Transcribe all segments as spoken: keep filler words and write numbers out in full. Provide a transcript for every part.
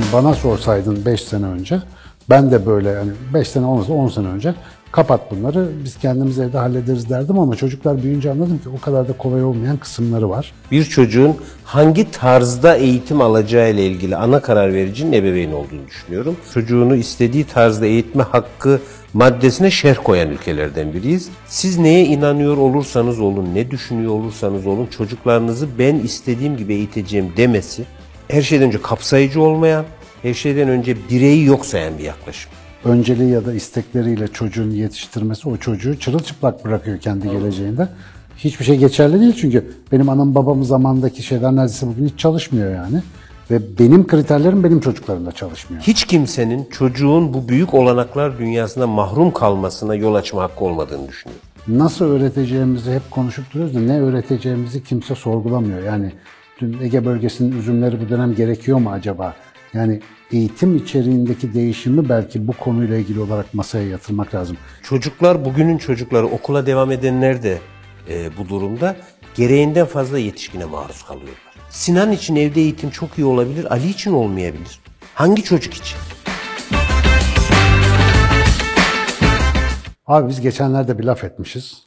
bana sorsaydın beş sene önce, ben de böyle hani beş sene olmasa on sene önce kapat bunları, biz kendimiz evde hallederiz derdim ama çocuklar büyüyünce anladım ki o kadar da kolay olmayan kısımları var. Bir çocuğun hangi tarzda eğitim alacağı ile ilgili ana karar vericinin ebeveyn olduğunu düşünüyorum. Çocuğunu istediği tarzda eğitme hakkı maddesine şerh koyan ülkelerden biriyiz. Siz neye inanıyor olursanız olun, ne düşünüyor olursanız olun, çocuklarınızı ben istediğim gibi eğiteceğim demesi, her şeyden önce kapsayıcı olmayan, her şeyden önce bireyi yok sayan bir yaklaşım. Önceliği ya da istekleriyle çocuğun yetiştirmesi o çocuğu çırılçıplak bırakıyor kendi geleceğinde. Hiçbir şey geçerli değil çünkü benim anam babam zamandaki şeyler neredeyse bugün hiç çalışmıyor yani. Ve benim kriterlerim benim çocuklarımda çalışmıyor. Hiç kimsenin çocuğun bu büyük olanaklar dünyasına mahrum kalmasına yol açma hakkı olmadığını düşünüyorum. Nasıl öğreteceğimizi hep konuşup duruyoruz da ne öğreteceğimizi kimse sorgulamıyor. Yani dün Ege bölgesinin üzümleri bu dönem gerekiyor mu acaba? Yani eğitim içeriğindeki değişimi belki bu konuyla ilgili olarak masaya yatırmak lazım. Çocuklar, bugünün çocukları, okula devam edenler de e, bu durumda gereğinden fazla yetişkine maruz kalıyorlar. Sinan için evde eğitim çok iyi olabilir, Ali için olmayabilir. Hangi çocuk için? Abi biz geçenlerde bir laf etmişiz.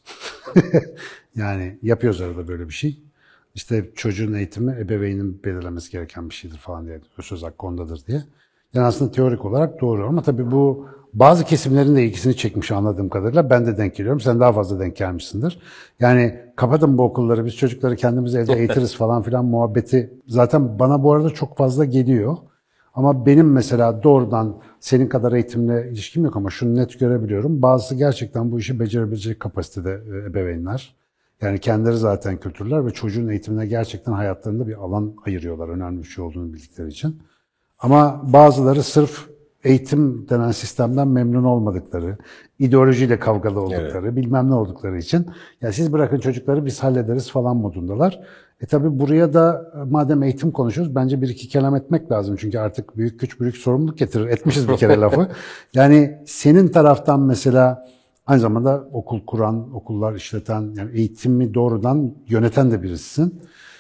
Yani yapıyoruz arada böyle bir şey. İşte çocuğun eğitimi ebeveynin belirlemesi gereken bir şeydir falan diye, söz hakkı ondadır diye. Yani aslında teorik olarak doğru ama tabii bu bazı kesimlerin de ilgisini çekmiş anladığım kadarıyla. Ben de denk geliyorum. Sen daha fazla denk gelmişsindir. Yani kapatın bu okulları, biz çocukları kendimiz evde eğitiriz falan filan muhabbeti zaten bana bu arada çok fazla geliyor. Ama benim mesela doğrudan senin kadar eğitimle ilişkim yok ama şunu net görebiliyorum. Bazısı gerçekten bu işi becerebilecek kapasitede ebeveynler. Yani kendileri zaten kültürler ve çocuğun eğitimine gerçekten hayatlarında bir alan ayırıyorlar. Önemli bir şey olduğunu bildikleri için. Ama bazıları sırf eğitim denen sistemden memnun olmadıkları, ideolojiyle kavgalı oldukları, evet, bilmem ne oldukları için ya siz bırakın çocukları biz hallederiz falan modundalar. E tabi buraya da madem eğitim konuşuyoruz bence bir iki kelam etmek lazım. Çünkü artık büyük güç büyük sorumluluk getirir. Etmişiz bir kere lafı. Yani senin taraftan mesela aynı zamanda okul kuran, okullar işleten, yani eğitimi doğrudan yöneten de birisisin.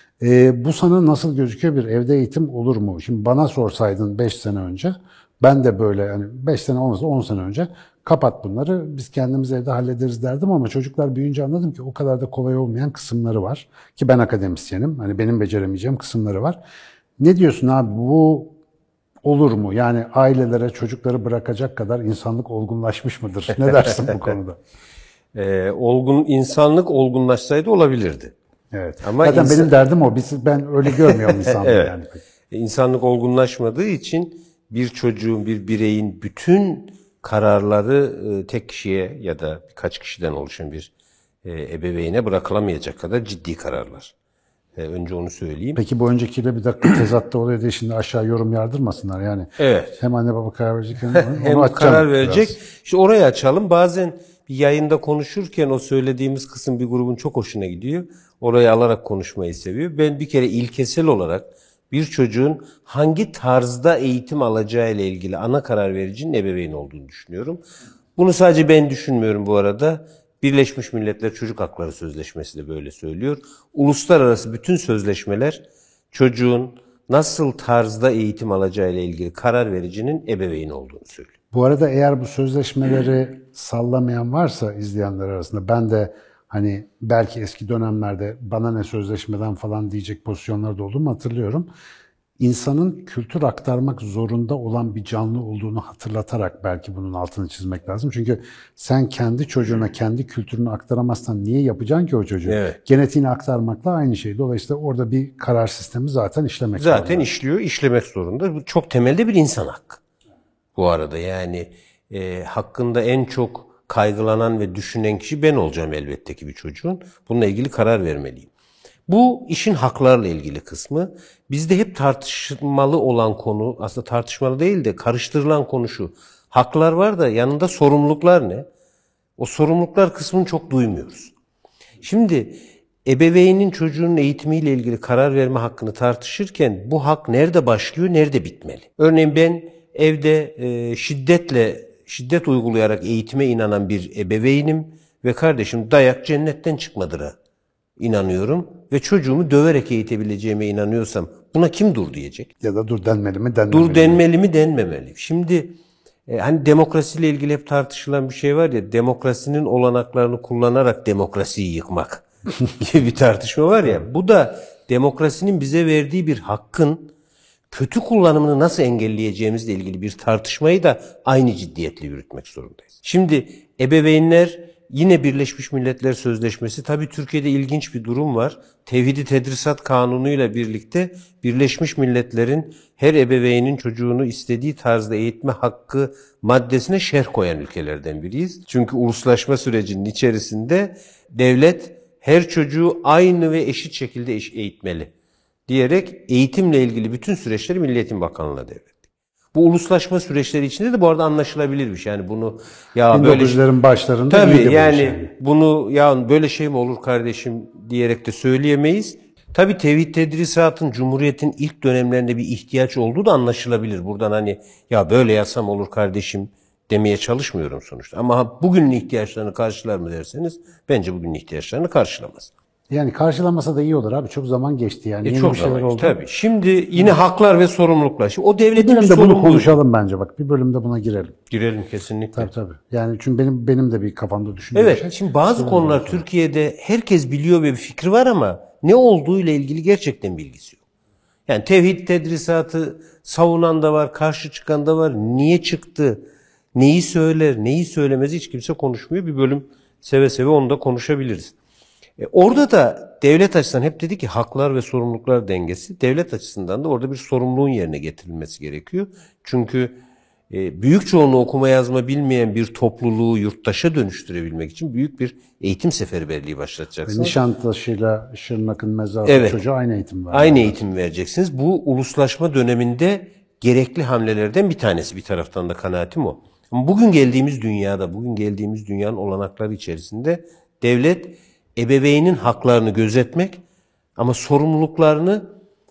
E, bu sana nasıl gözüküyor, bir evde eğitim olur mu? Şimdi bana sorsaydın beş sene önce, ben de böyle hani beş sene olmasa on sene önce kapat bunları, biz kendimiz evde hallederiz derdim ama çocuklar büyüyünce anladım ki o kadar da kolay olmayan kısımları var. Ki ben akademisyenim, hani benim beceremeyeceğim kısımları var. Ne diyorsun abi, bu olur mu? Yani ailelere çocukları bırakacak kadar insanlık olgunlaşmış mıdır? Ne dersin bu konuda? Ee, olgun insanlık olgunlaşsaydı olabilirdi. Evet. Ama zaten insan... benim derdim o. Biz, ben öyle görmüyorum insanlığı evet. yani. İnsanlık olgunlaşmadığı için bir çocuğun, bir bireyin bütün kararları tek kişiye ya da birkaç kişiden oluşan bir ebeveyne bırakılamayacak kadar ciddi kararlar. Önce onu söyleyeyim. Peki bu öncekiyle bir dakika tezatta oluyor diye şimdi aşağı yorum yardırmasınlar yani. Evet. Hem anne baba karar verecek hem hem onu karar verecek. Biraz. İşte orayı açalım. Bazen bir yayında konuşurken o söylediğimiz kısım bir grubun çok hoşuna gidiyor. Orayı alarak konuşmayı seviyor. Ben bir kere ilkesel olarak bir çocuğun hangi tarzda eğitim alacağı ile ilgili ana karar vericinin ebeveyn olduğunu düşünüyorum. Bunu sadece ben düşünmüyorum bu arada. Birleşmiş Milletler Çocuk Hakları Sözleşmesi de böyle söylüyor. Uluslararası bütün sözleşmeler çocuğun nasıl tarzda eğitim alacağı ile ilgili karar vericinin ebeveyn olduğunu söylüyor. Bu arada eğer bu sözleşmeleri sallamayan varsa izleyenler arasında, ben de hani belki eski dönemlerde bana ne sözleşmeden falan diyecek pozisyonlarda olduğumu hatırlıyorum. İnsanın kültür aktarmak zorunda olan bir canlı olduğunu hatırlatarak belki bunun altını çizmek lazım. Çünkü sen kendi çocuğuna kendi kültürünü aktaramazsan niye yapacaksın ki o çocuğu? Evet. Genetiğini aktarmakla aynı şey. Dolayısıyla orada bir karar sistemi zaten işlemek zorunda. Zaten işliyor, işlemek zorunda. Bu çok temelde bir insan hakkı. Bu arada yani e, hakkında en çok kaygılanan ve düşünen kişi ben olacağım elbette ki bir çocuğun. Bununla ilgili karar vermeliyim. Bu işin haklarla ilgili kısmı. Bizde hep tartışmalı olan konu, aslında tartışmalı değil de karıştırılan konu şu. Haklar var da yanında sorumluluklar ne? O sorumluluklar kısmını çok duymuyoruz. Şimdi ebeveynin çocuğun eğitimiyle ilgili karar verme hakkını tartışırken bu hak nerede başlıyor, nerede bitmeli? Örneğin ben evde e, şiddetle, şiddet uygulayarak eğitime inanan bir ebeveynim ve kardeşim dayak cennetten çıkmadıra inanıyorum ve çocuğumu döverek eğitebileceğime inanıyorsam buna kim dur diyecek? Ya da dur denmeli mi denmemeli Dur denmeli mi denmemeli. Şimdi e, hani demokrasiyle ilgili hep tartışılan bir şey var ya, demokrasinin olanaklarını kullanarak demokrasiyi yıkmak gibi bir tartışma var ya. Bu da demokrasinin bize verdiği bir hakkın kötü kullanımını nasıl engelleyeceğimizle ilgili bir tartışmayı da aynı ciddiyetle yürütmek zorundayız. Şimdi ebeveynler, yine Birleşmiş Milletler Sözleşmesi, tabii Türkiye'de ilginç bir durum var. Tevhid-i Tedrisat Kanunu'yla birlikte Birleşmiş Milletler'in her ebeveynin çocuğunu istediği tarzda eğitme hakkı maddesine şerh koyan ülkelerden biriyiz. Çünkü uluslaşma sürecinin içerisinde devlet her çocuğu aynı ve eşit şekilde eğitmeli diyerek eğitimle ilgili bütün süreçleri Milli Eğitim Bakanlığı'na devretti. Bu uluslaşma süreçleri içinde de bu arada anlaşılabilir bir şey. Yani bunu ya bin böyle dokuz yüzlerin başlarında tabii yani şey. Bunu ya böyle şey mi olur kardeşim diyerek de söyleyemeyiz. Tabii tevhid tedrisatın Cumhuriyet'in ilk dönemlerinde bir ihtiyaç olduğu da anlaşılabilir. Buradan hani ya böyle yazsam olur kardeşim demeye çalışmıyorum sonuçta. Ama bugünün ihtiyaçlarını karşılar mı derseniz bence bugünün ihtiyaçlarını karşılamaz. Yani karşılamasa da iyi olur abi. Çok zaman geçti yani. E Yeni çok bir şeyler zaman oldu. tabii. Şimdi yine Hı. haklar ve sorumluluklar. Şimdi o Bir devletin bölümde sorumluluğu. bunu konuşalım bence bak. Bir bölümde buna girelim. Girelim kesinlikle. Tabii tabii. Yani çünkü benim benim de bir kafamda düşündüğüm evet, şey. Evet. Şimdi bazı konular sonra. Türkiye'de herkes biliyor ve bir fikri var ama ne olduğuyla ilgili gerçekten bilgisi yok. Yani tevhid tedrisatı savunan da var, karşı çıkan da var. Niye çıktı? Neyi söyler, neyi söylemez hiç kimse konuşmuyor. Bir bölüm seve seve onu da konuşabiliriz. E orada da devlet açısından hep dedi ki haklar ve sorumluluklar dengesi. Devlet açısından da orada bir sorumluluğun yerine getirilmesi gerekiyor. Çünkü e, büyük çoğunluğu okuma yazma bilmeyen bir topluluğu yurttaşa dönüştürebilmek için büyük bir eğitim seferberliği başlatacaksınız. Nişantaşı'yla Şırnak'ın mezarı evet, çocuğa aynı eğitim var. Aynı eğitim vereceksiniz. Bu uluslaşma döneminde gerekli hamlelerden bir tanesi, bir taraftan da kanaatim o. Ama bugün geldiğimiz dünyada, bugün geldiğimiz dünyanın olanakları içerisinde devlet ebeveynin haklarını gözetmek ama sorumluluklarını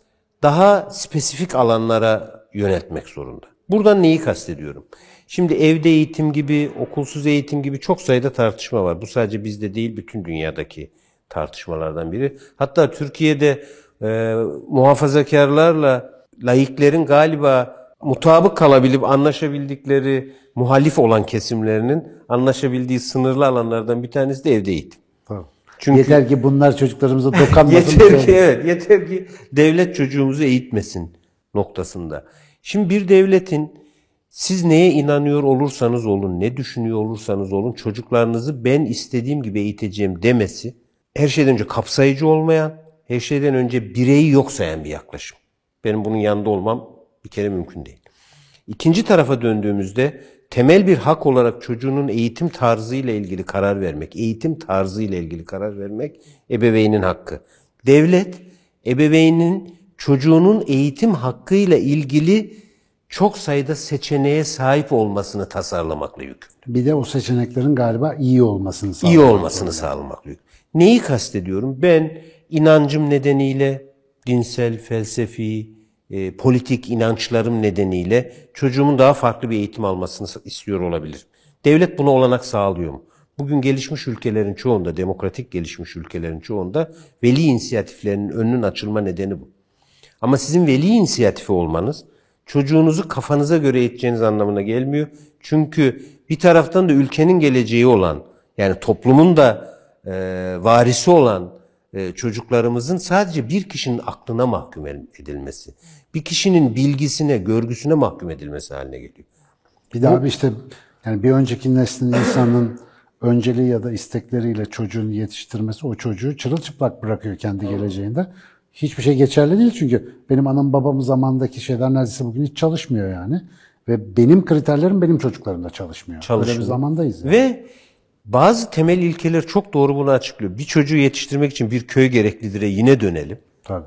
daha spesifik alanlara yöneltmek zorunda. Buradan neyi kastediyorum? Şimdi evde eğitim gibi, okulsuz eğitim gibi çok sayıda tartışma var. Bu sadece bizde değil, bütün dünyadaki tartışmalardan biri. Hatta Türkiye'de e, muhafazakarlarla laiklerin galiba mutabık kalabilip anlaşabildikleri, muhalif olan kesimlerinin anlaşabildiği sınırlı alanlardan bir tanesi de evde eğitim. Tamam. Çünkü yeter ki bunlar çocuklarımıza dokanmasın. yeter ki evet, yeter ki devlet çocuğumuzu eğitmesin noktasında. Şimdi bir devletin siz neye inanıyor olursanız olun, ne düşünüyor olursanız olun çocuklarınızı ben istediğim gibi eğiteceğim demesi her şeyden önce kapsayıcı olmayan, her şeyden önce bireyi yok sayan bir yaklaşım. Benim bunun yanında olmam bir kere mümkün değil. İkinci tarafa döndüğümüzde temel bir hak olarak çocuğunun eğitim tarzıyla ilgili karar vermek, eğitim tarzıyla ilgili karar vermek ebeveynin hakkı. Devlet, ebeveynin çocuğunun eğitim hakkıyla ilgili çok sayıda seçeneğe sahip olmasını tasarlamakla yükümlü. Bir de o seçeneklerin galiba iyi olmasını sağlamak. İyi olmasını sağlamakla yükümlü. Neyi kastediyorum? Ben inancım nedeniyle, dinsel, felsefi, E, politik inançlarım nedeniyle çocuğumun daha farklı bir eğitim almasını istiyor olabilir. Devlet buna olanak sağlıyor mu? Bugün gelişmiş ülkelerin çoğunda, demokratik gelişmiş ülkelerin çoğunda veli inisiyatiflerinin önünün açılma nedeni bu. Ama sizin veli inisiyatifi olmanız çocuğunuzu kafanıza göre eğiteceğiniz anlamına gelmiyor. Çünkü bir taraftan da ülkenin geleceği olan, yani toplumun da e, varisi olan çocuklarımızın sadece bir kişinin aklına mahkum edilmesi, bir kişinin bilgisine, görgüsüne mahkum edilmesi haline geliyor. Bir de abi işte yani bir önceki neslin insanın önceliği ya da istekleriyle çocuğunu yetiştirmesi o çocuğu çırılçıplak bırakıyor kendi geleceğinde. Hiçbir şey geçerli değil çünkü benim anam babamın zamandaki şeyler neredeyse bugün hiç çalışmıyor yani. Ve benim kriterlerim benim çocuklarımda çalışmıyor. Çalışmıyor. Öyle bir zamandayız yani. Ve bazı temel ilkeler çok doğru bunu açıklıyor. Bir çocuğu yetiştirmek için bir köy gereklidir'e yine dönelim. Tabii.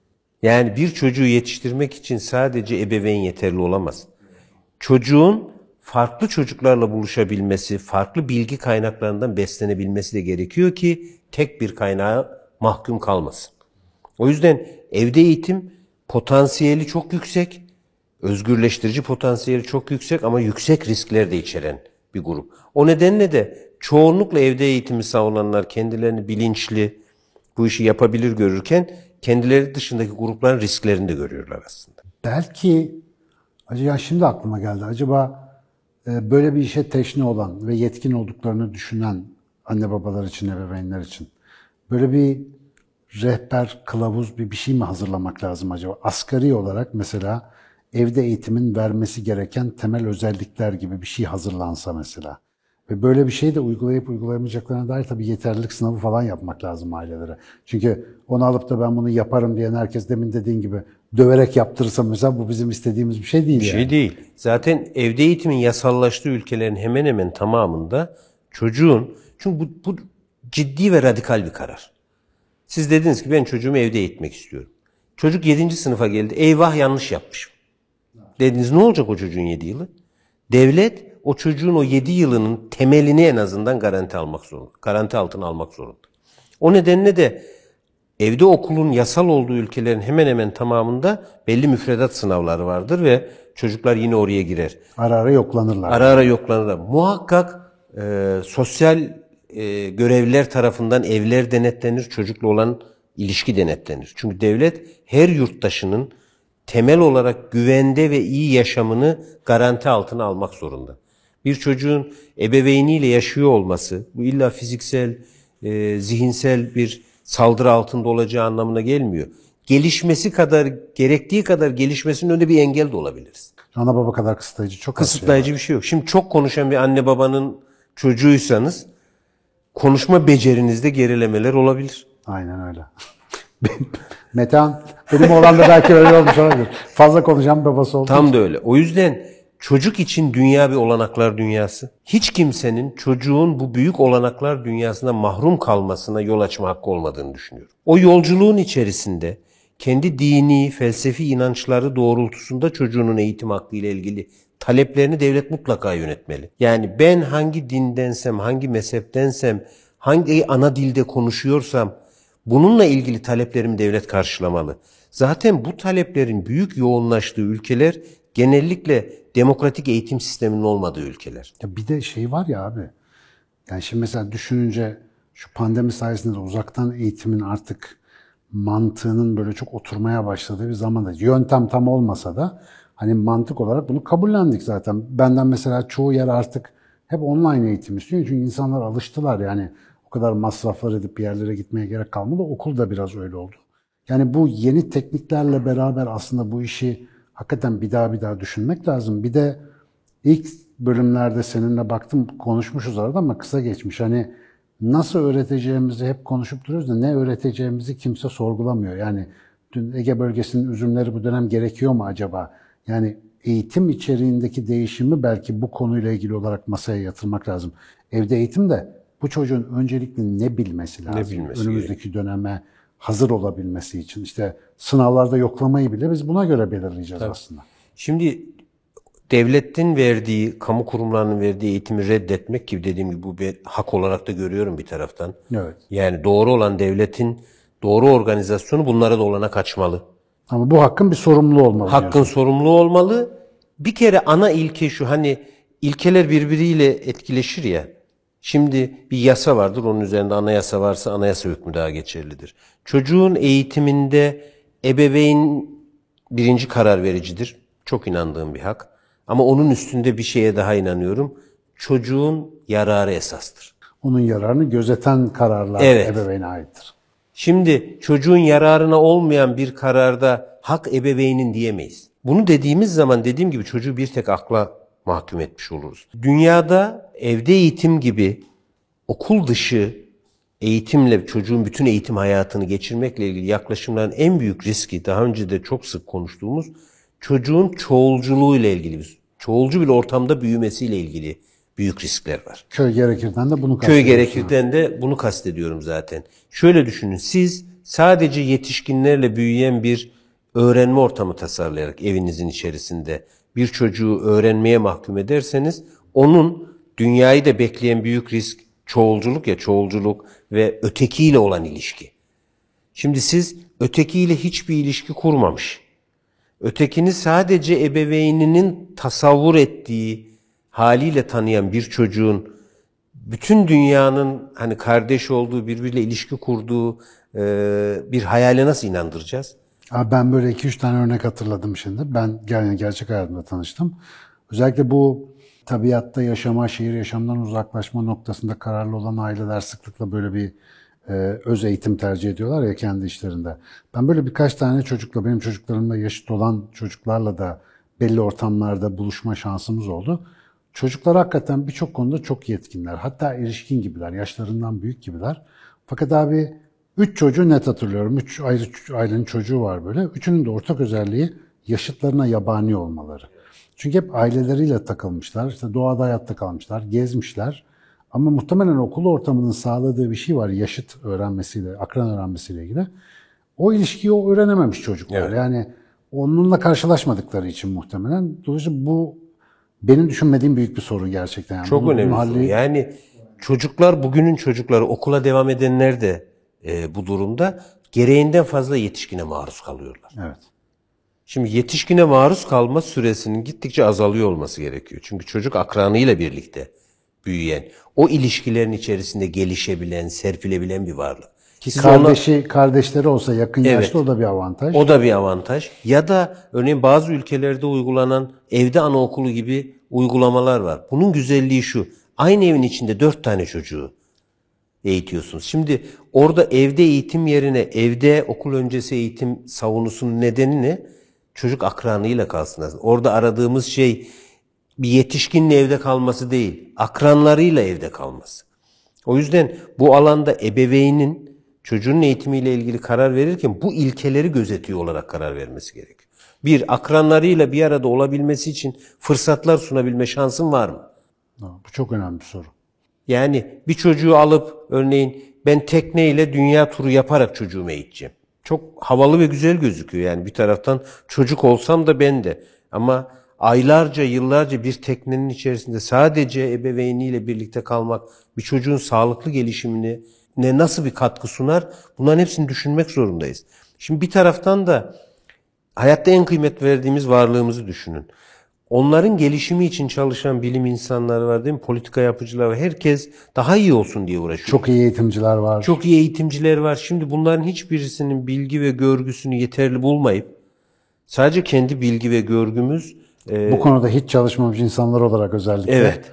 Yani bir çocuğu yetiştirmek için sadece ebeveyn yeterli olamaz. Çocuğun farklı çocuklarla buluşabilmesi, farklı bilgi kaynaklarından beslenebilmesi de gerekiyor ki tek bir kaynağa mahkum kalmasın. O yüzden evde eğitim potansiyeli çok yüksek, özgürleştirici potansiyeli çok yüksek ama yüksek riskler de içeren bir grup. O nedenle de çoğunlukla evde eğitimi savunanlar kendilerini bilinçli, bu işi yapabilir görürken kendileri dışındaki grupların risklerini de görüyorlar aslında. Belki, acaba şimdi aklıma geldi, acaba böyle bir işe teşne olan ve yetkin olduklarını düşünen anne babalar için, ebeveynler için böyle bir rehber, kılavuz bir bir şey mi hazırlamak lazım acaba? Asgari olarak mesela evde eğitimin vermesi gereken temel özellikler gibi bir şey hazırlansa mesela. Ve böyle bir şey de uygulayıp uygulayamayacaklarına dair tabii yeterlilik sınavı falan yapmak lazım ailelere. Çünkü onu alıp da ben bunu yaparım diyen herkes, demin dediğin gibi döverek yaptırırsa mesela, bu bizim istediğimiz bir şey değil Bir yani. şey değil. Zaten evde eğitimin yasallaştığı ülkelerin hemen hemen tamamında çocuğun, çünkü bu, bu ciddi ve radikal bir karar. Siz dediniz ki ben çocuğumu evde eğitmek istiyorum. Çocuk yedinci sınıfa geldi. Eyvah, yanlış yapmışım. Dediniz, ne olacak o çocuğun yedi yılı? Devlet o çocuğun o yedi yılının temelini en azından garanti almak zorunda. Garanti altına almak zorunda. O nedenle de evde okulun yasal olduğu ülkelerin hemen hemen tamamında belli müfredat sınavları vardır ve çocuklar yine oraya girer. Ara ara yoklanırlar. Ara ara yoklanırlar. Muhakkak e, sosyal e, görevliler tarafından evler denetlenir, çocukla olan ilişki denetlenir. Çünkü devlet her yurttaşının temel olarak güvende ve iyi yaşamını garanti altına almak zorunda. Bir çocuğun ebeveyniyle yaşıyor olması, bu illa fiziksel, e, zihinsel bir saldırı altında olacağı anlamına gelmiyor. Gelişmesi kadar, gerektiği kadar gelişmesinin önünde bir engel de olabiliriz. Ana baba kadar kısıtlayıcı çok az Kısıtlayıcı şey bir şey yok. Şimdi çok konuşan bir anne babanın çocuğuysanız konuşma becerinizde gerilemeler olabilir. Aynen öyle. Metehan, benim oğlan da belki öyle olmuş olabilir. Fazla konuşan babası oldu. Tam da öyle. O yüzden çocuk için dünya bir olanaklar dünyası. Hiç kimsenin çocuğun bu büyük olanaklar dünyasına mahrum kalmasına yol açma hakkı olmadığını düşünüyorum. O yolculuğun içerisinde kendi dini, felsefi inançları doğrultusunda çocuğunun eğitim hakkı ile ilgili taleplerini devlet mutlaka yönetmeli. Yani ben hangi dindensem, hangi mezheptensem, hangi ana dilde konuşuyorsam bununla ilgili taleplerimi devlet karşılamalı. Zaten bu taleplerin büyük yoğunlaştığı ülkeler genellikle demokratik eğitim sisteminin olmadığı ülkeler. Ya bir de şey var ya abi. Yani şimdi mesela düşününce şu pandemi sayesinde de uzaktan eğitimin artık mantığının böyle çok oturmaya başladığı bir zamanda, yöntem tam olmasa da hani mantık olarak bunu kabullendik zaten. Benden mesela çoğu yer artık hep online eğitim istiyor. Çünkü insanlar alıştılar yani, o kadar masraflar edip bir yerlere gitmeye gerek kalmadı. Okul da biraz öyle oldu. Yani bu yeni tekniklerle beraber aslında bu işi hakikaten bir daha bir daha düşünmek lazım. Bir de ilk bölümlerde seninle baktım, konuşmuşuz arada ama kısa geçmiş. Hani nasıl öğreteceğimizi hep konuşup duruyoruz da ne öğreteceğimizi kimse sorgulamıyor. Yani dün Ege bölgesinin üzümleri bu dönem gerekiyor mu acaba? Yani eğitim içeriğindeki değişimi belki bu konuyla ilgili olarak masaya yatırmak lazım. Evde eğitim de bu çocuğun öncelikle ne bilmesi lazım? Ne bilmesi Önümüzdeki gerek. döneme hazır olabilmesi için. İşte sınavlarda yoklamayı bile biz buna göre belirleyeceğiz Tabii. aslında. Şimdi devletin verdiği, kamu kurumlarının verdiği eğitimi reddetmek, ki dediğim gibi bu bir hak olarak da görüyorum bir taraftan. Evet. Yani doğru olan devletin doğru organizasyonu bunlara da olana kaçmalı. Ama bu hakkın bir sorumluluğu olmalı. Hakkın diyorsun. sorumluluğu olmalı. Bir kere ana ilke şu, hani ilkeler birbiriyle etkileşir ya. Şimdi bir yasa vardır, onun üzerinde anayasa varsa anayasa hükmü daha geçerlidir. Çocuğun eğitiminde ebeveyn birinci karar vericidir. Çok inandığım bir hak. Ama onun üstünde bir şeye daha inanıyorum. Çocuğun yararı esastır. Onun yararını gözeten kararlar Evet. ebeveyne aittir. Şimdi çocuğun yararına olmayan bir kararda hak ebeveynin diyemeyiz. Bunu dediğimiz zaman dediğim gibi çocuğu bir tek akla mahkum etmiş oluruz. Dünyada evde eğitim gibi okul dışı eğitimle çocuğun bütün eğitim hayatını geçirmekle ilgili yaklaşımların en büyük riski, daha önce de çok sık konuştuğumuz, çocuğun çoğulculuğu ile ilgili, bir çoğulcu bir ortamda büyümesiyle ilgili büyük riskler var. Köy gerekirden de bunu Köy kastediyorsun. gerekirden de bunu kastediyorum zaten. Şöyle düşünün, siz sadece yetişkinlerle büyüyen bir öğrenme ortamı tasarlayarak evinizin içerisinde bir çocuğu öğrenmeye mahkum ederseniz, onun dünyayı da bekleyen büyük risk çoğulculuk ya çoğulculuk ve ötekiyle olan ilişki. Şimdi siz ötekiyle hiçbir ilişki kurmamış, ötekini sadece ebeveyninin tasavvur ettiği haliyle tanıyan bir çocuğun bütün dünyanın hani kardeş olduğu, birbiriyle ilişki kurduğu e, bir hayale nasıl inandıracağız? Abi ben böyle iki üç tane örnek hatırladım şimdi. Ben yani gerçek hayatımda tanıştım. Özellikle bu tabiatta yaşama, şehir yaşamdan uzaklaşma noktasında kararlı olan aileler sıklıkla böyle bir e, öz eğitim tercih ediyorlar ya kendi işlerinde. Ben böyle birkaç tane çocukla, benim çocuklarımla yaşıt olan çocuklarla da belli ortamlarda buluşma şansımız oldu. Çocuklar hakikaten birçok konuda çok yetkinler. Hatta erişkin gibiler, yaşlarından büyük gibiler. Fakat abi üç çocuğu net hatırlıyorum. Üç ayrı ailenin çocuğu var böyle. Üçünün de ortak özelliği yaşıtlarına yabani olmaları. Çünkü hep aileleriyle takılmışlar, işte doğada hayatta kalmışlar, gezmişler. Ama muhtemelen okul ortamının sağladığı bir şey var yaşıt öğrenmesiyle, akran öğrenmesiyle ilgili. O ilişkiyi o öğrenememiş çocuklar. Evet. Yani onunla karşılaşmadıkları için muhtemelen. Dolayısıyla bu benim düşünmediğim büyük bir sorun gerçekten. Yani Çok bunun önemli. halli... Yani çocuklar, bugünün çocukları, okula devam edenler de e, bu durumda gereğinden fazla yetişkine maruz kalıyorlar. Evet. Şimdi yetişkine maruz kalma süresinin gittikçe azalıyor olması gerekiyor. Çünkü çocuk akranıyla birlikte büyüyen, o ilişkilerin içerisinde gelişebilen, serpilebilen bir varlık. Ki Siz kardeşi, ona... kardeşleri olsa yakın evet, yaşta o da bir avantaj. O da bir avantaj. Ya da örneğin bazı ülkelerde uygulanan evde anaokulu gibi uygulamalar var. Bunun güzelliği şu: aynı evin içinde dört tane çocuğu eğitiyorsunuz. Şimdi orada evde eğitim yerine evde okul öncesi eğitim savunusunun nedeni ne? Çocuk akranıyla kalsın aslında. Orada aradığımız şey bir yetişkinin evde kalması değil, akranlarıyla evde kalması. O yüzden bu alanda ebeveynin çocuğun eğitimiyle ilgili karar verirken bu ilkeleri gözetiyor olarak karar vermesi gerekiyor. Bir, akranlarıyla bir arada olabilmesi için fırsatlar sunabilme şansın var mı? Bu çok önemli bir soru. Yani bir çocuğu alıp örneğin ben tekneyle dünya turu yaparak çocuğumu eğiteceğim. Çok havalı ve güzel gözüküyor yani bir taraftan çocuk olsam da ben de. Ama aylarca, yıllarca bir teknenin içerisinde sadece ebeveyniyle birlikte kalmak bir çocuğun sağlıklı gelişimine ne nasıl bir katkı sunar? Bunların hepsini düşünmek zorundayız. Şimdi bir taraftan da hayatta en kıymet verdiğimiz varlığımızı düşünün. Onların gelişimi için çalışan bilim insanları var değil mi? Politika yapıcılar var. Herkes daha iyi olsun diye uğraşıyor. Çok iyi eğitimciler var. Çok iyi eğitimciler var. Şimdi bunların hiçbirisinin bilgi ve görgüsünü yeterli bulmayıp sadece kendi bilgi ve görgümüz... E, Bu konuda hiç çalışmamış insanlar olarak özellikle. Evet.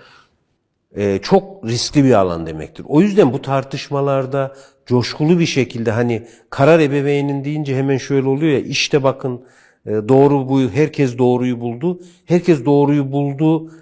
E, çok riskli bir alan demektir. O yüzden bu tartışmalarda coşkulu bir şekilde hani karar ebeveynin deyince hemen şöyle oluyor ya, işte bakın doğru bu, herkes doğruyu buldu. Herkes doğruyu buldu.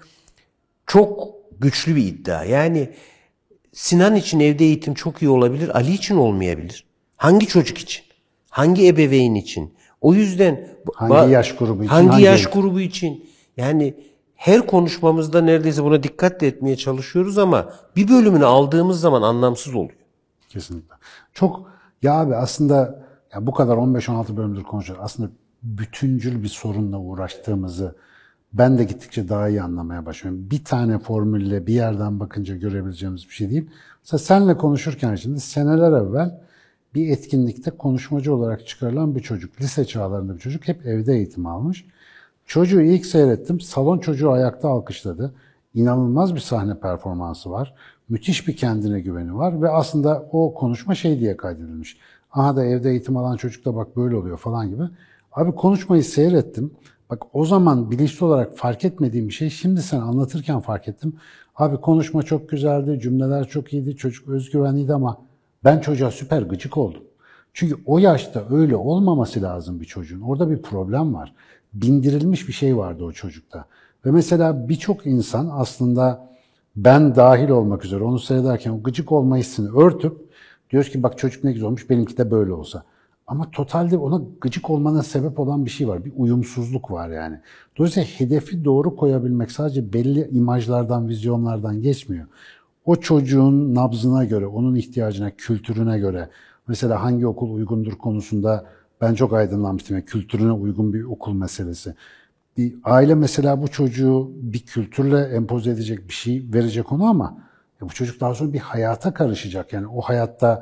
Çok güçlü bir iddia. Yani Sinan için evde eğitim çok iyi olabilir, Ali için olmayabilir. Hangi çocuk için? Hangi ebeveyn için? O yüzden hangi yaş grubu için? Hangi, hangi yaş eğitim? grubu için? Yani her konuşmamızda neredeyse buna dikkat etmeye çalışıyoruz ama bir bölümünü aldığımız zaman anlamsız oluyor. Kesinlikle. Çok ya abi aslında ya bu kadar on beş on altı bölümdür konuşuyoruz. Aslında bütüncül bir sorunla uğraştığımızı ben de gittikçe daha iyi anlamaya başlıyorum. Bir tane formülle bir yerden bakınca görebileceğimiz bir şey değil. Mesela seninle konuşurken şimdi seneler evvel bir etkinlikte konuşmacı olarak çıkarılan bir çocuk, lise çağlarında bir çocuk, hep evde eğitim almış. Çocuğu ilk seyrettim, salon çocuğu ayakta alkışladı. İnanılmaz bir sahne performansı var. Müthiş bir kendine güveni var ve aslında o konuşma şey diye kaydedilmiş. Aha da evde eğitim alan çocuk da bak böyle oluyor falan gibi. Abi konuşmayı seyrettim. Bak o zaman bilinçli olarak fark etmediğim bir şey şimdi sen anlatırken fark ettim. Abi konuşma çok güzeldi, cümleler çok iyiydi, çocuk özgüvenliydi ama ben çocuğa süper gıcık oldum. Çünkü o yaşta öyle olmaması lazım bir çocuğun. Orada bir problem var. Bindirilmiş bir şey vardı o çocukta. Ve mesela birçok insan aslında ben dahil olmak üzere onu seyrederken o gıcık olma hissini örtüp diyoruz ki bak çocuk ne güzel olmuş, benimki de böyle olsa. Ama totalde ona gıcık olmana sebep olan bir şey var. Bir uyumsuzluk var yani. Dolayısıyla hedefi doğru koyabilmek sadece belli imajlardan, vizyonlardan geçmiyor. O çocuğun nabzına göre, onun ihtiyacına, kültürüne göre, mesela hangi okul uygundur konusunda ben çok aydınlanmıştım. Yani kültürüne uygun bir okul meselesi. Bir aile mesela bu çocuğu bir kültürle empoze edecek bir şey verecek ona ama bu çocuk daha sonra bir hayata karışacak. Yani o hayatta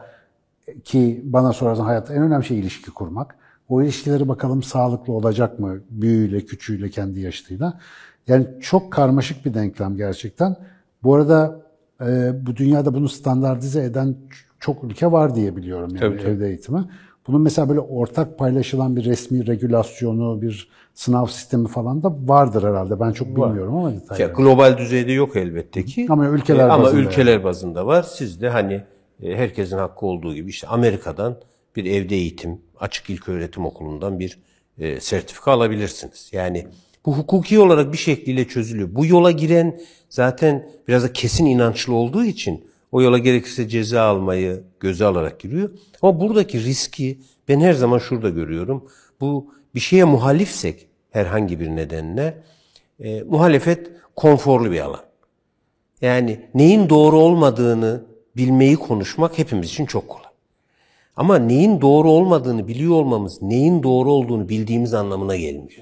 ki bana sorarsan hayatta en önemli şey ilişki kurmak. O ilişkileri bakalım sağlıklı olacak mı? Büyüğüyle, küçüğüyle, kendi yaşıyla. Yani çok karmaşık bir denklem gerçekten. Bu arada e, bu dünyada bunu standartize eden çok ülke var diye biliyorum yani Tabii, tabii. evde eğitimi. Bunun mesela böyle ortak paylaşılan bir resmi regülasyonu, bir sınav sistemi falan da vardır herhalde. Ben çok bilmiyorum ama detayları. Ya, global düzeyde yok elbette ki. Ama ülkeler E, ama bazında ülkeler yani. bazında var. Siz de hani e, herkesin hakkı olduğu gibi işte Amerika'dan bir evde eğitim, açık ilköğretim okulundan bir e, sertifika alabilirsiniz. Yani bu hukuki olarak bir şekliyle çözülüyor. Bu yola giren zaten biraz da kesin inançlı olduğu için o yola gerekirse ceza almayı göze alarak giriyor. Ama buradaki riski ben her zaman şurada görüyorum. Bu bir şeye muhalifsek herhangi bir nedenle e, muhalefet konforlu bir alan. Yani neyin doğru olmadığını bilmeyi konuşmak hepimiz için çok kolay. Ama neyin doğru olmadığını biliyor olmamız, neyin doğru olduğunu bildiğimiz anlamına gelmiyor.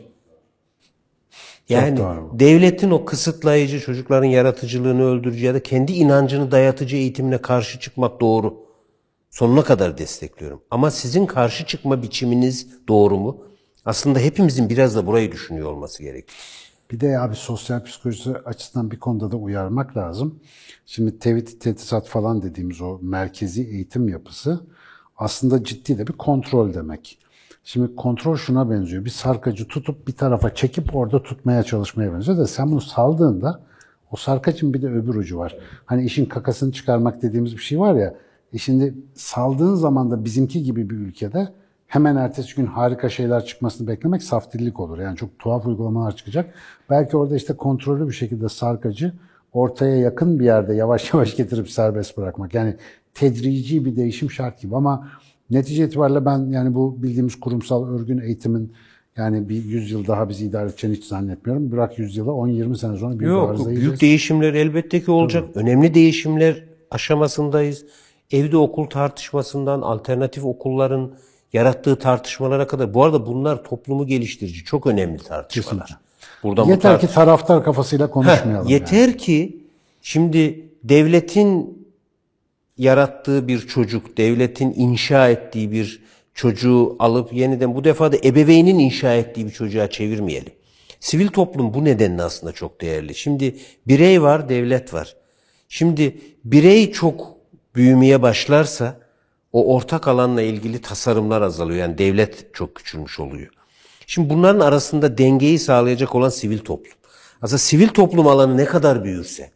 Yani devletin o kısıtlayıcı, çocukların yaratıcılığını öldürücü ya da kendi inancını dayatıcı eğitimine karşı çıkmak doğru. Sonuna kadar destekliyorum. Ama sizin karşı çıkma biçiminiz doğru mu? Aslında hepimizin biraz da burayı düşünüyor olması gerekir. Bir de abi sosyal psikolojisi açısından bir konuda da uyarmak lazım. Şimdi tevhid tehdisat falan dediğimiz o merkezi eğitim yapısı aslında ciddi de bir kontrol demek. Şimdi kontrol şuna benziyor. Bir sarkacı tutup bir tarafa çekip orada tutmaya çalışmaya benziyor da sen bunu saldığında o sarkacın bir de öbür ucu var. Hani işin kakasını çıkarmak dediğimiz bir şey var ya. E şimdi saldığın zaman da bizimki gibi bir ülkede hemen ertesi gün harika şeyler çıkmasını beklemek saftirlik olur. Yani çok tuhaf uygulamalar çıkacak. Belki orada işte kontrollü bir şekilde sarkacı ortaya yakın bir yerde yavaş yavaş getirip serbest bırakmak. Yani tedrici bir değişim şart gibi ama netice itibariyle ben yani bu bildiğimiz kurumsal örgün eğitimin yani bir yüz yıl daha bizi idare edeceğini hiç zannetmiyorum. Bırak yüz yıla on yirmi sene sonra büyük Yok, arıza büyük yiyeceğiz. değişimler elbette ki olacak. Tabii. Önemli değişimler aşamasındayız. Evde okul tartışmasından alternatif okulların yarattığı tartışmalara kadar. Bu arada bunlar toplumu geliştirici, çok önemli tartışmalar. Kesinlikle. Buradan yeter bu tart- ki taraftar kafasıyla konuşmayalım. Heh, yeter yani. ki şimdi devletin yarattığı bir çocuk, devletin inşa ettiği bir çocuğu alıp yeniden bu defa da ebeveynin inşa ettiği bir çocuğa çevirmeyelim. Sivil toplum bu nedenle aslında çok değerli. Şimdi birey var, devlet var. Şimdi birey çok büyümeye başlarsa o ortak alanla ilgili tasarımlar azalıyor. Yani devlet çok küçülmüş oluyor. Şimdi bunların arasında dengeyi sağlayacak olan sivil toplum. Aslında sivil toplum alanı ne kadar büyürse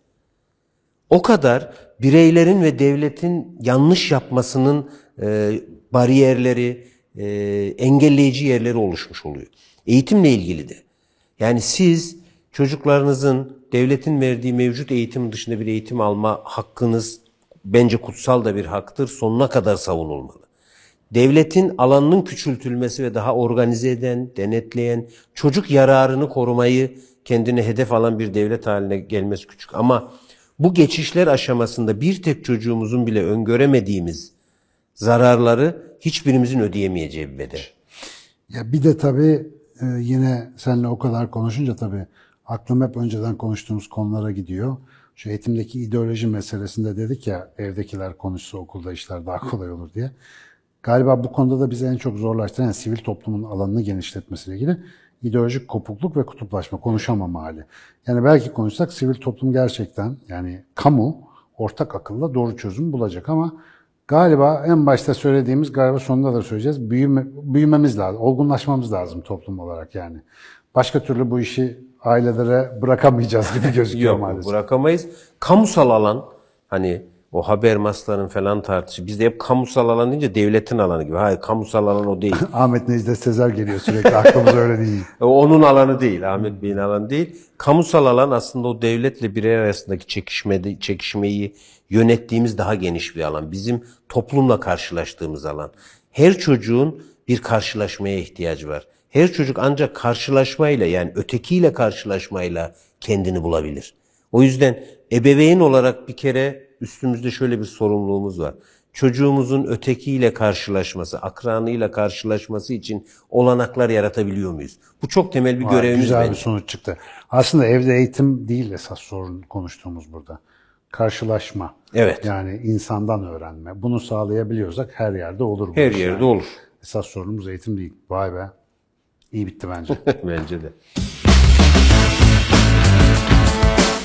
o kadar bireylerin ve devletin yanlış yapmasının e, bariyerleri, e, engelleyici yerleri oluşmuş oluyor. Eğitimle ilgili de. Yani siz çocuklarınızın devletin verdiği mevcut eğitim dışında bir eğitim alma hakkınız bence kutsal da bir haktır. Sonuna kadar savunulmalı. Devletin alanının küçültülmesi ve daha organize eden, denetleyen, çocuk yararını korumayı kendine hedef alan bir devlet haline gelmesi küçük. Ama bu geçişler aşamasında bir tek çocuğumuzun bile öngöremediğimiz zararları hiçbirimizin ödeyemeyeceği bir bedel. Ya bir de tabii yine seninle o kadar konuşunca tabii aklım hep önceden konuştuğumuz konulara gidiyor. Şu eğitimdeki ideoloji meselesinde dedik ya evdekiler konuşsa okulda işler daha kolay olur diye. Galiba bu konuda da bizi en çok zorlaştıran yani sivil toplumun alanını genişletmesiyle ilgili ideolojik kopukluk ve kutuplaşma, konuşamama hali. Yani belki konuşsak sivil toplum gerçekten yani kamu ortak akılla doğru çözüm bulacak ama galiba en başta söylediğimiz galiba sonunda da söyleyeceğiz. Büyüme, büyümemiz lazım, olgunlaşmamız lazım toplum olarak yani. Başka türlü bu işi ailelere bırakamayacağız gibi gözüküyor Yok, maalesef. bırakamayız. Kamusal alan hani o Habermas'ların falan tartışı. Bizde hep kamusal alan deyince devletin alanı gibi. Hayır, kamusal alan o değil. Ahmet Necdet Sezer geliyor sürekli aklımıza öyle değil. O onun alanı değil. Ahmet Bey'in alanı değil. Kamusal alan aslında o devletle birey arasındaki çekişme, çekişmeyi yönettiğimiz daha geniş bir alan. Bizim toplumla karşılaştığımız alan. Her çocuğun bir karşılaşmaya ihtiyacı var. Her çocuk ancak karşılaşmayla yani ötekiyle karşılaşmayla kendini bulabilir. O yüzden ebeveyn olarak bir kere üstümüzde şöyle bir sorumluluğumuz var. Çocuğumuzun ötekiyle karşılaşması, akranıyla karşılaşması için olanaklar yaratabiliyor muyuz? Bu çok temel bir Vay, görevimiz güzel bence. bir sonuç çıktı. Aslında evde eğitim değil esas sorun konuştuğumuz burada. Karşılaşma. Evet. Yani insandan öğrenme. Bunu sağlayabiliyorsak her yerde olur. Bu Her iş yerde yani. olur. Esas sorunumuz eğitim değil. Vay be. İyi bitti bence. Bence de.